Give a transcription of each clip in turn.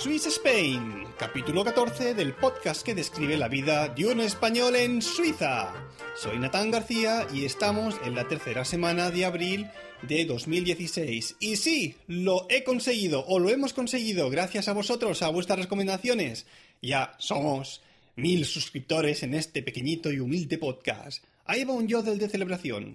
Swiss Spain, capítulo 14 del podcast que describe la vida de un español en Suiza. Soy Natán García y estamos en la tercera semana de abril de 2016. Y sí, lo he conseguido, o lo hemos conseguido gracias a vosotros, a vuestras recomendaciones. Ya somos 1000 suscriptores en este pequeñito y humilde podcast. Ahí va un yodel de celebración.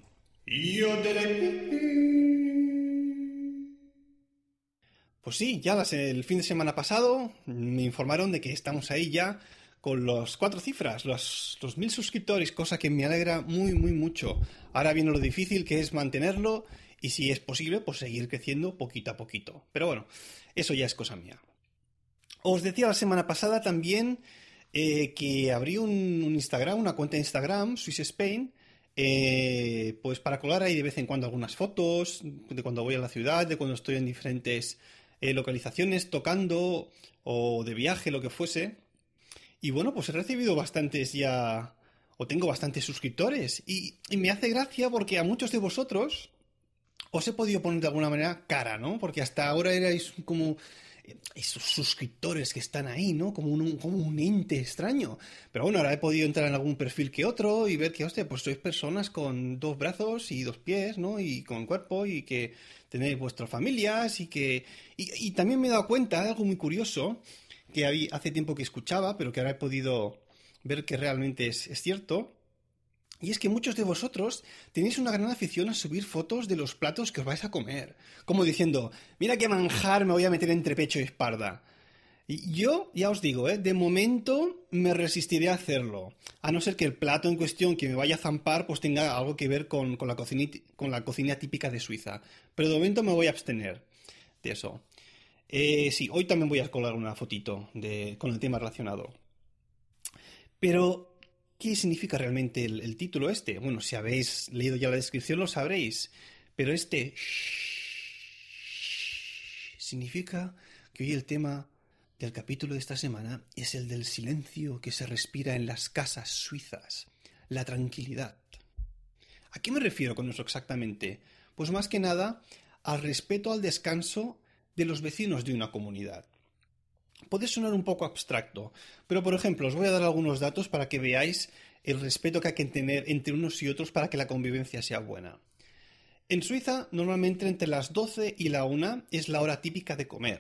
Pues sí, ya el fin de semana pasado me informaron de que estamos ahí ya con las 4 cifras, los 1000 suscriptores, cosa que me alegra muy mucho. Ahora viene lo difícil, que es mantenerlo y si es posible, pues seguir creciendo poquito a poquito. Pero bueno, eso ya es cosa mía. Os decía la semana pasada también que abrí un Instagram, una cuenta de Instagram, Swiss Spain, pues para colgar ahí de vez en cuando algunas fotos de cuando voy a la ciudad, de cuando estoy en diferentes localizaciones tocando o de viaje, lo que fuese. Y bueno, pues he recibido bastantes ya, o tengo bastantes suscriptores. Y me hace gracia porque a muchos de vosotros os he podido poner de alguna manera cara, ¿no? Porque hasta ahora erais como esos suscriptores que están ahí, ¿no? Como un ente extraño. Pero bueno, ahora he podido entrar en algún perfil que otro y ver que, hostia, pues sois personas con 2 brazos y 2 pies, ¿no? Y con cuerpo y que tenéis vuestras familias y que... Y también me he dado cuenta de algo muy curioso que hace tiempo que escuchaba, pero que ahora he podido ver que realmente es cierto. Y es que muchos de vosotros tenéis una gran afición a subir fotos de los platos que os vais a comer. Como diciendo, mira qué manjar me voy a meter entre pecho y espalda. Y yo, ya os digo, de momento me resistiré a hacerlo. A no ser que el plato en cuestión que me vaya a zampar pues tenga algo que ver con la cocina típica de Suiza. Pero de momento me voy a abstener de eso. Sí, hoy también voy a colgar una fotito con el tema relacionado. Pero... ¿qué significa realmente el título este? Bueno, si habéis leído ya la descripción lo sabréis. Pero este significa que hoy el tema del capítulo de esta semana es el del silencio que se respira en las casas suizas. La tranquilidad. ¿A qué me refiero con eso exactamente? Pues más que nada al respeto al descanso de los vecinos de una comunidad. Puede sonar un poco abstracto, pero por ejemplo, os voy a dar algunos datos para que veáis el respeto que hay que tener entre unos y otros para que la convivencia sea buena. En Suiza, normalmente entre las 12 y la 1 es la hora típica de comer.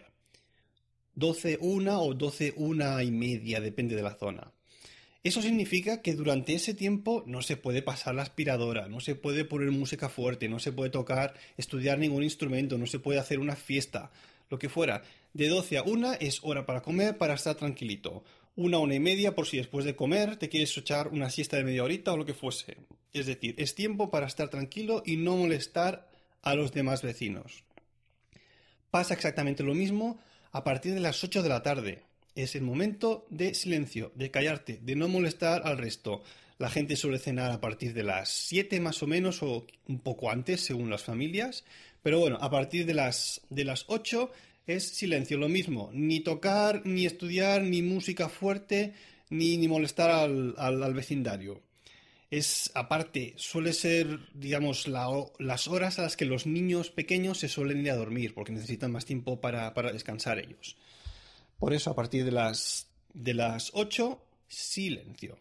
12, 1 o 12, 1 y media, depende de la zona. Eso significa que durante ese tiempo no se puede pasar la aspiradora, no se puede poner música fuerte, no se puede estudiar ningún instrumento, no se puede hacer una fiesta, lo que fuera. De 12 a 1 es hora para comer, para estar tranquilito. 1 y media por si después de comer te quieres echar una siesta de media horita o lo que fuese. Es decir, es tiempo para estar tranquilo y no molestar a los demás vecinos. Pasa exactamente lo mismo a partir de las 8 de la tarde. Es el momento de silencio, de callarte, de no molestar al resto. La gente suele cenar a partir de las 7 más o menos o un poco antes según las familias. Pero bueno, a partir de las 8 es silencio, lo mismo. Ni tocar, ni estudiar, ni música fuerte, ni molestar al vecindario. Aparte, suele ser, digamos, las horas a las que los niños pequeños se suelen ir a dormir, porque necesitan más tiempo para descansar ellos. Por eso, a partir de las 8, silencio.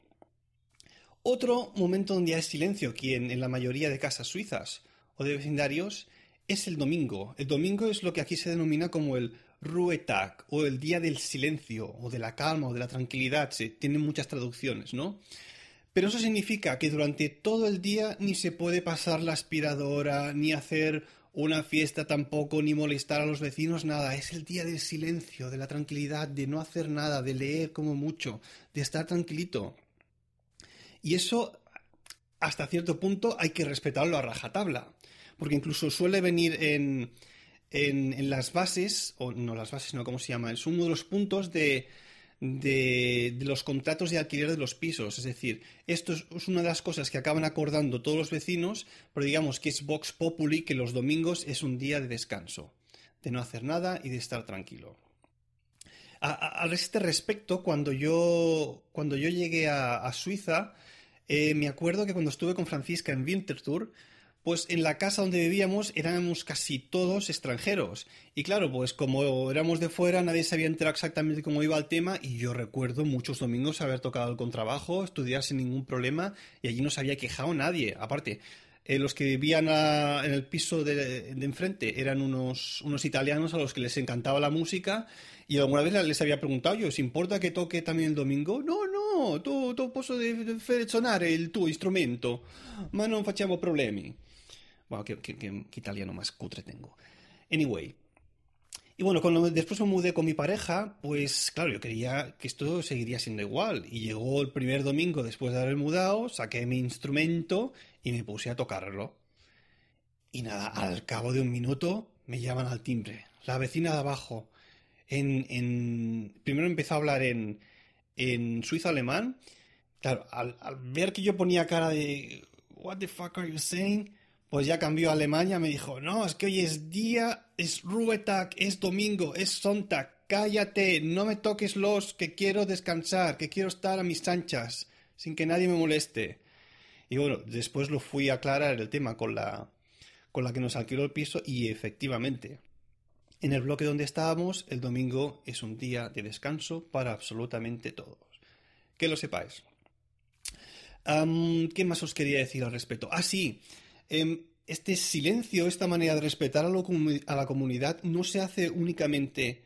Otro momento donde hay silencio aquí en la mayoría de casas suizas o de vecindarios es el domingo. El domingo es lo que aquí se denomina como el Ruhetag, o el día del silencio, o de la calma, o de la tranquilidad. Tienen muchas traducciones, ¿no? Pero eso significa que durante todo el día ni se puede pasar la aspiradora, ni hacer una fiesta tampoco, ni molestar a los vecinos, nada. Es el día del silencio, de la tranquilidad, de no hacer nada, de leer como mucho, de estar tranquilito. Y eso, hasta cierto punto, hay que respetarlo a rajatabla. Porque incluso suele venir en las bases, o no las bases, no, ¿cómo se llama? Es uno de los puntos de los contratos de alquiler de los pisos. Es decir, esto es una de las cosas que acaban acordando todos los vecinos, pero digamos que es Vox Populi, que los domingos es un día de descanso, de no hacer nada y de estar tranquilo. A este respecto, cuando yo llegué a Suiza, me acuerdo que cuando estuve con Francisca en Winterthur, pues en la casa donde vivíamos éramos casi todos extranjeros. Y claro, pues como éramos de fuera, nadie sabía enterar exactamente cómo iba el tema. Y yo recuerdo muchos domingos haber tocado el contrabajo, estudiar sin ningún problema, y allí no se había quejado nadie. Aparte, los que vivían en el piso de enfrente eran unos italianos a los que les encantaba la música. Y alguna vez les había preguntado yo, ¿os importa que toque también el domingo? No, tu posso fare suonare il tuo strumento, ma non facciamo problemi. Wow, qué italiano más cutre tengo. Anyway. Y bueno, cuando después me mudé con mi pareja, pues claro, yo creía que esto seguiría siendo igual. Y llegó el primer domingo después de haber mudado, saqué mi instrumento y me puse a tocarlo. Y nada, al cabo de un minuto me llaman al timbre. La vecina de abajo. Primero empezó a hablar en suizo-alemán. Claro, al ver que yo ponía cara de "What the fuck are you saying?", pues ya cambió a Alemania, me dijo, no, es que hoy es día, es Ruhetag, es domingo, es Sonntag, cállate, no me toques que quiero descansar, que quiero estar a mis anchas, sin que nadie me moleste. Y bueno, después lo fui a aclarar el tema con la que nos alquiló el piso y efectivamente, en el bloque donde estábamos, el domingo es un día de descanso para absolutamente todos. Que lo sepáis. ¿Qué más os quería decir al respecto? Ah, sí. Este silencio, esta manera de respetar a la comunidad no se hace únicamente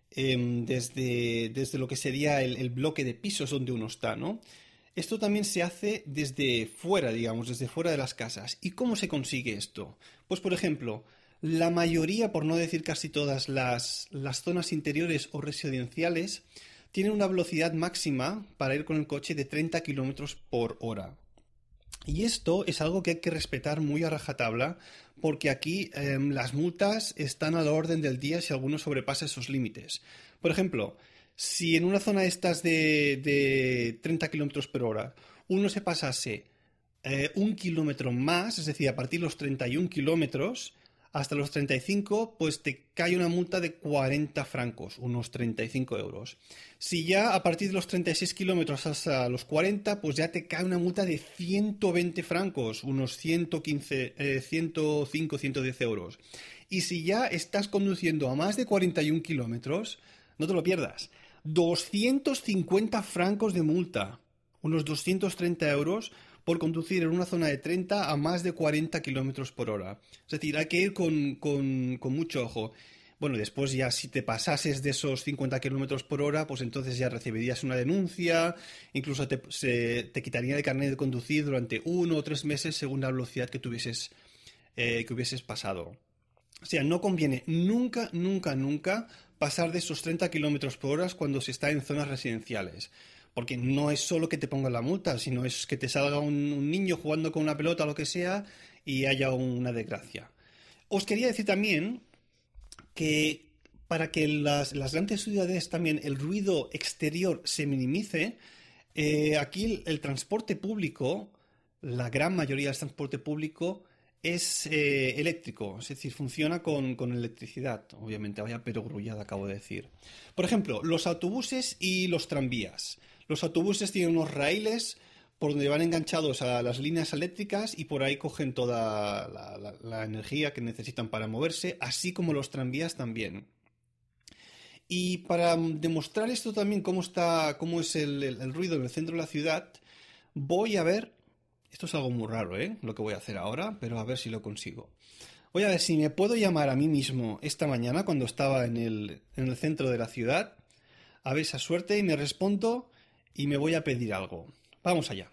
desde lo que sería el bloque de pisos donde uno está, ¿no? Esto también se hace desde fuera, digamos, desde fuera de las casas. ¿Y cómo se consigue esto? Pues, por ejemplo, la mayoría, por no decir casi todas las zonas interiores o residenciales tienen una velocidad máxima para ir con el coche de 30 kilómetros por hora. Y esto es algo que hay que respetar muy a rajatabla, porque aquí las multas están a la orden del día si alguno sobrepasa esos límites. Por ejemplo, si en una zona de estas de 30 kilómetros por hora uno se pasase 1 kilómetro más, es decir, a partir de los 31 kilómetros hasta los 35, pues te cae una multa de 40 francos, unos 35 euros. Si ya a partir de los 36 kilómetros hasta los 40, pues ya te cae una multa de 120 francos, unos 105, 110 euros. Y si ya estás conduciendo a más de 41 kilómetros, no te lo pierdas, 250 francos de multa, unos 230 euros, por conducir en una zona de 30 a más de 40 kilómetros por hora. Es decir, hay que ir con mucho ojo. Bueno, después ya si te pasases de esos 50 kilómetros por hora, pues entonces ya recibirías una denuncia, incluso te quitaría el carnet de conducir durante 1 o 3 meses según la velocidad que hubieses pasado. O sea, no conviene nunca pasar de esos 30 kilómetros por hora cuando se está en zonas residenciales. Porque no es solo que te pongan la multa, sino es que te salga un niño jugando con una pelota o lo que sea y haya una desgracia. Os quería decir también que para que las grandes ciudades también el ruido exterior se minimice, aquí el transporte público, la gran mayoría del transporte público es eléctrico, es decir, funciona con electricidad. Obviamente, vaya perogrullada acabo de decir. Por ejemplo, los autobuses y los tranvías. Los autobuses tienen unos raíles por donde van enganchados a las líneas eléctricas y por ahí cogen toda la energía que necesitan para moverse, así como los tranvías también. Y para demostrar esto también cómo es el ruido en el centro de la ciudad, voy a ver, esto es algo muy raro, lo que voy a hacer ahora, pero a ver si lo consigo. Voy a ver si me puedo llamar a mí mismo esta mañana cuando estaba en el centro de la ciudad, a ver esa suerte y me respondo y me voy a pedir algo. Vamos allá.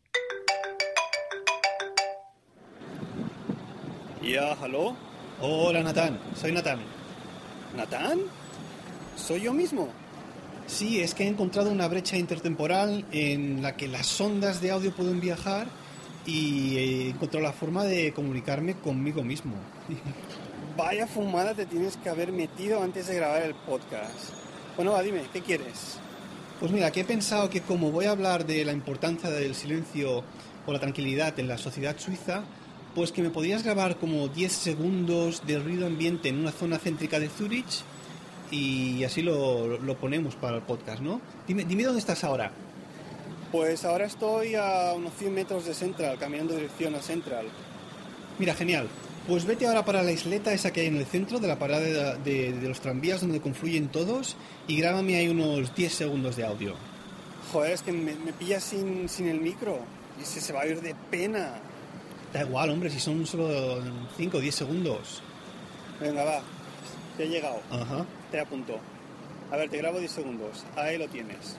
Ya, ¿aló? Hola, Natán. Soy Natán. ¿Natán? ¿Soy yo mismo? Sí, es que he encontrado una brecha intertemporal en la que las ondas de audio pueden viajar y he encontrado la forma de comunicarme conmigo mismo. Vaya fumada te tienes que haber metido antes de grabar el podcast. Bueno, va, dime, ¿qué quieres? Pues mira, que he pensado que como voy a hablar de la importancia del silencio o la tranquilidad en la sociedad suiza, pues que me podrías grabar como 10 segundos de ruido ambiente en una zona céntrica de Zúrich y así lo ponemos para el podcast, ¿no? Dime dónde estás ahora. Pues ahora estoy a unos 100 metros de Central, caminando en dirección a Central. Mira, genial. Pues vete ahora para la isleta esa que hay en el centro de la parada de los tranvías donde confluyen todos y grábame ahí unos 10 segundos de audio. Joder, es que me pillas sin el micro y se va a ir de pena. Da igual, hombre, si son solo 5 o 10 segundos. Venga, va, ya he llegado. Ajá. Te apunto. A ver, te grabo 10 segundos. Ahí lo tienes.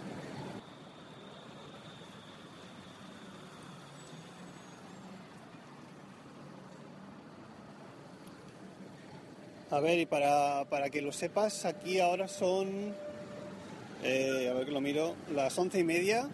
A ver, y para que lo sepas, aquí ahora son... a ver que lo miro. Las 11:30.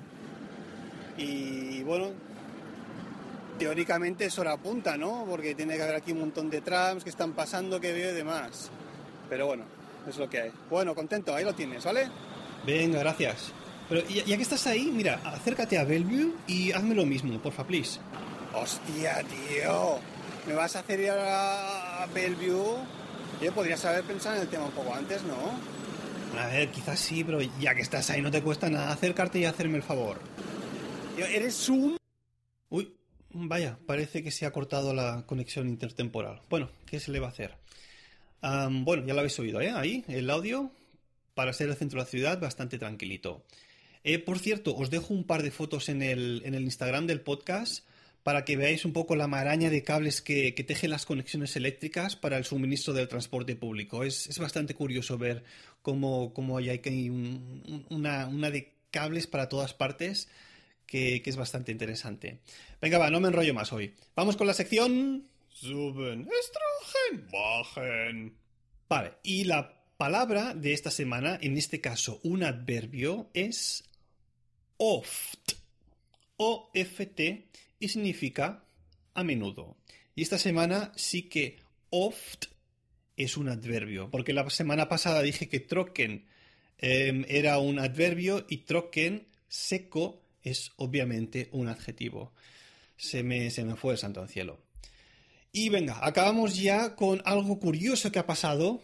Y bueno, teóricamente es hora punta, ¿no? Porque tiene que haber aquí un montón de trams que están pasando, que veo y demás. Pero bueno, es lo que hay. Bueno, contento, ahí lo tienes, ¿vale? Venga, gracias. Pero ya que estás ahí, mira, acércate a Bellevue y hazme lo mismo, porfa, please. Hostia, tío. ¿Me vas a hacer ir a Bellevue? Yo podrías haber pensado en el tema un poco antes, ¿no? A ver, quizás sí, pero ya que estás ahí no te cuesta nada acercarte y hacerme el favor. Tío, eres un... Uy, vaya, parece que se ha cortado la conexión intertemporal. Bueno, ¿qué se le va a hacer? Bueno, ya lo habéis oído, ¿eh? Ahí, el audio, para ser el centro de la ciudad, bastante tranquilito. Por cierto, os dejo un par de fotos en el Instagram del podcast para que veáis un poco la maraña de cables que tejen las conexiones eléctricas para el suministro del transporte público. Es bastante curioso ver cómo hay una de cables para todas partes que es bastante interesante. Venga, va, no me enrollo más hoy. Vamos con la sección... Suben, extrajen, bajen. Vale, y la palabra de esta semana, en este caso un adverbio, es oft. O-F-T, y significa a menudo. Y esta semana sí que oft es un adverbio, porque la semana pasada dije que trocken era un adverbio y trocken, seco, es obviamente un adjetivo. Se me fue el santo al cielo. Y venga, acabamos ya con algo curioso que ha pasado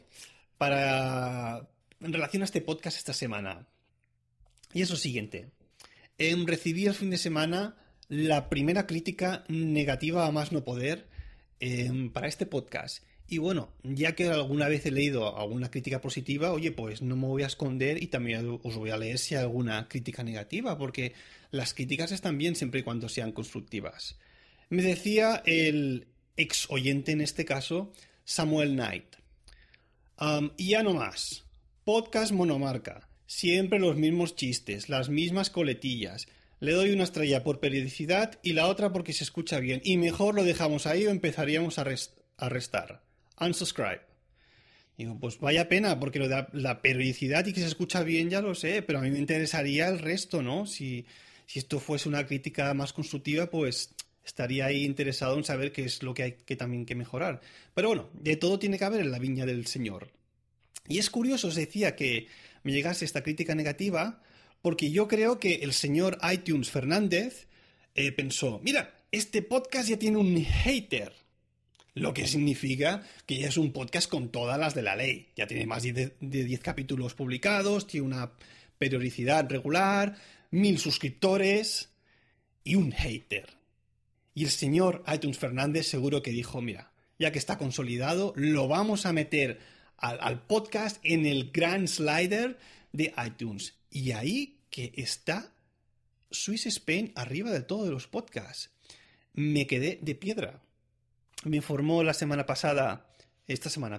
en relación a este podcast esta semana. Y es lo siguiente. Recibí el fin de semana la primera crítica negativa a más no poder para este podcast. Y bueno, ya que alguna vez he leído alguna crítica positiva, oye, pues no me voy a esconder y también os voy a leer si hay alguna crítica negativa, porque las críticas están bien siempre y cuando sean constructivas. Me decía el ex oyente en este caso, Samuel Knight. Y ya no más. Podcast monomarca. Siempre los mismos chistes, las mismas coletillas. Le doy una estrella por periodicidad y la otra porque se escucha bien. Y mejor lo dejamos ahí o empezaríamos a restar. Unsubscribe. Digo, pues vaya pena, porque lo de la periodicidad y que se escucha bien ya lo sé, pero a mí me interesaría el resto, ¿no? Si esto fuese una crítica más constructiva, pues estaría ahí interesado en saber qué es lo que hay que también que mejorar. Pero bueno, de todo tiene que haber en la viña del Señor. Y es curioso, os decía, que me llegase esta crítica negativa, porque yo creo que el señor iTunes Fernández pensó, mira, este podcast ya tiene un hater. Lo que significa que ya es un podcast con todas las de la ley. Ya tiene más de 10 capítulos publicados, tiene una periodicidad regular, 1000 suscriptores y un hater. Y el señor iTunes Fernández seguro que dijo, mira, ya que está consolidado, lo vamos a meter al podcast en el gran slider de iTunes. Y ahí que está Swiss Spain arriba del todo de los podcasts. Me quedé de piedra. Me informó esta semana,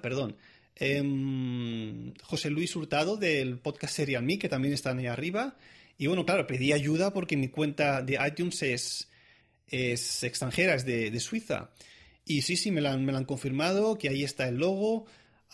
José Luis Hurtado del podcast Serial Me, que también están ahí arriba. Y bueno, claro, pedí ayuda porque mi cuenta de iTunes es extranjera, es de Suiza. Y sí, me la han confirmado, que ahí está el logo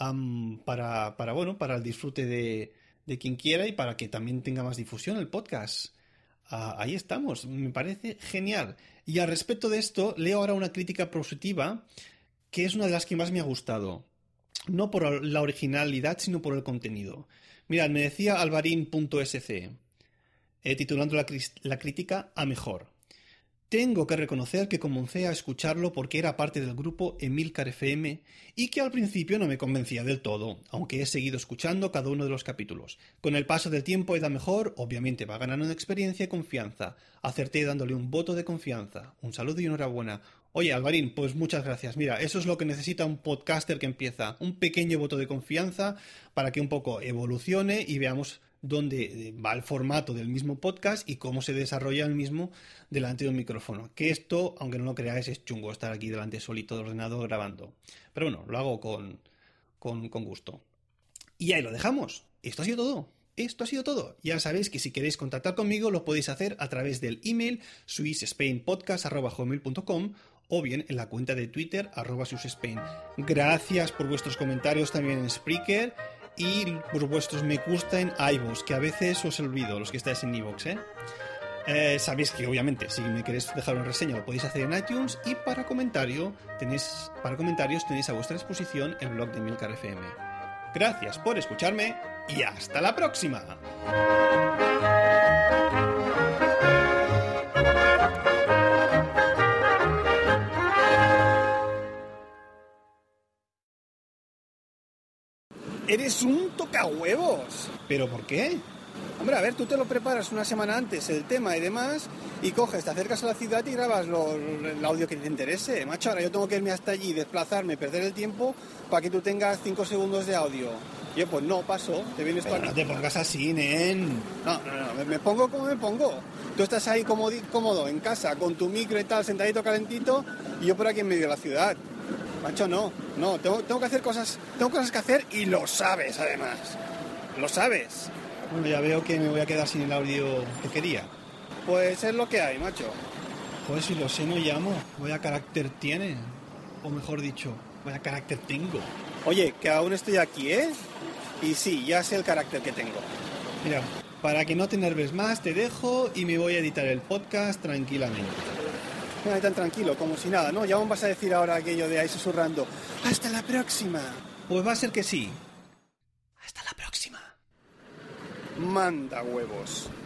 para el disfrute de quien quiera y para que también tenga más difusión el podcast. Ahí estamos, me parece genial. Y al respecto de esto, leo ahora una crítica positiva que es una de las que más me ha gustado. No por la originalidad, sino por el contenido. Mirad, me decía alvarín.sc, titulando la crítica a mejor. Tengo que reconocer que comencé a escucharlo porque era parte del grupo Emilcar FM y que al principio no me convencía del todo, aunque he seguido escuchando cada uno de los capítulos. Con el paso del tiempo he dado mejor, obviamente va ganando en experiencia y confianza. Acerté dándole un voto de confianza. Un saludo y enhorabuena. Oye, Alvarín, pues muchas gracias. Mira, eso es lo que necesita un podcaster que empieza. Un pequeño voto de confianza para que un poco evolucione y veamos dónde va el formato del mismo podcast y cómo se desarrolla el mismo delante de un micrófono. Que esto, aunque no lo creáis, es chungo estar aquí delante solito del ordenador grabando. Pero bueno, lo hago con gusto. Y ahí lo dejamos. Esto ha sido todo. Esto ha sido todo. Ya sabéis que si queréis contactar conmigo lo podéis hacer a través del email swissspainpodcast@gmail.com o bien en la cuenta de Twitter @swissspain. Gracias por vuestros comentarios también en Spreaker y por vuestros me gusta en iVoox, que a veces os olvido, los que estáis en iVoox, sabéis que obviamente si me queréis dejar una reseña lo podéis hacer en iTunes y para comentarios tenéis a vuestra disposición el blog de Milcar FM. Gracias por escucharme y hasta la próxima. ¡Eres un tocahuevos! ¿Pero por qué? Hombre, a ver, tú te lo preparas una semana antes, el tema y demás, y coges, te acercas a la ciudad y grabas el audio que te interese. Macho, ahora yo tengo que irme hasta allí, desplazarme, perder el tiempo para que tú tengas 5 segundos de audio. Yo, pues no, paso, te vienes Pero para no aquí. te pongas así, nen. No, me pongo como me pongo. Tú estás ahí cómodo, en casa, con tu micro y tal, sentadito calentito, y yo por aquí en medio de la ciudad. Macho, no, tengo que hacer cosas, tengo cosas que hacer y lo sabes, además. Lo sabes. Bueno, ya veo que me voy a quedar sin el audio que quería. Pues es lo que hay, macho. Joder, si lo sé no llamo. Vaya carácter tiene. O mejor dicho, vaya carácter tengo. Oye, que aún estoy aquí, ¿eh? Y sí, ya sé el carácter que tengo. Mira, para que no te enerves más, te dejo y me voy a editar el podcast tranquilamente. No, tan tranquilo, como si nada, ¿no? Ya aún vas a decir ahora aquello de ahí susurrando. ¡Hasta la próxima! Pues va a ser que sí. Hasta la próxima. Manda huevos.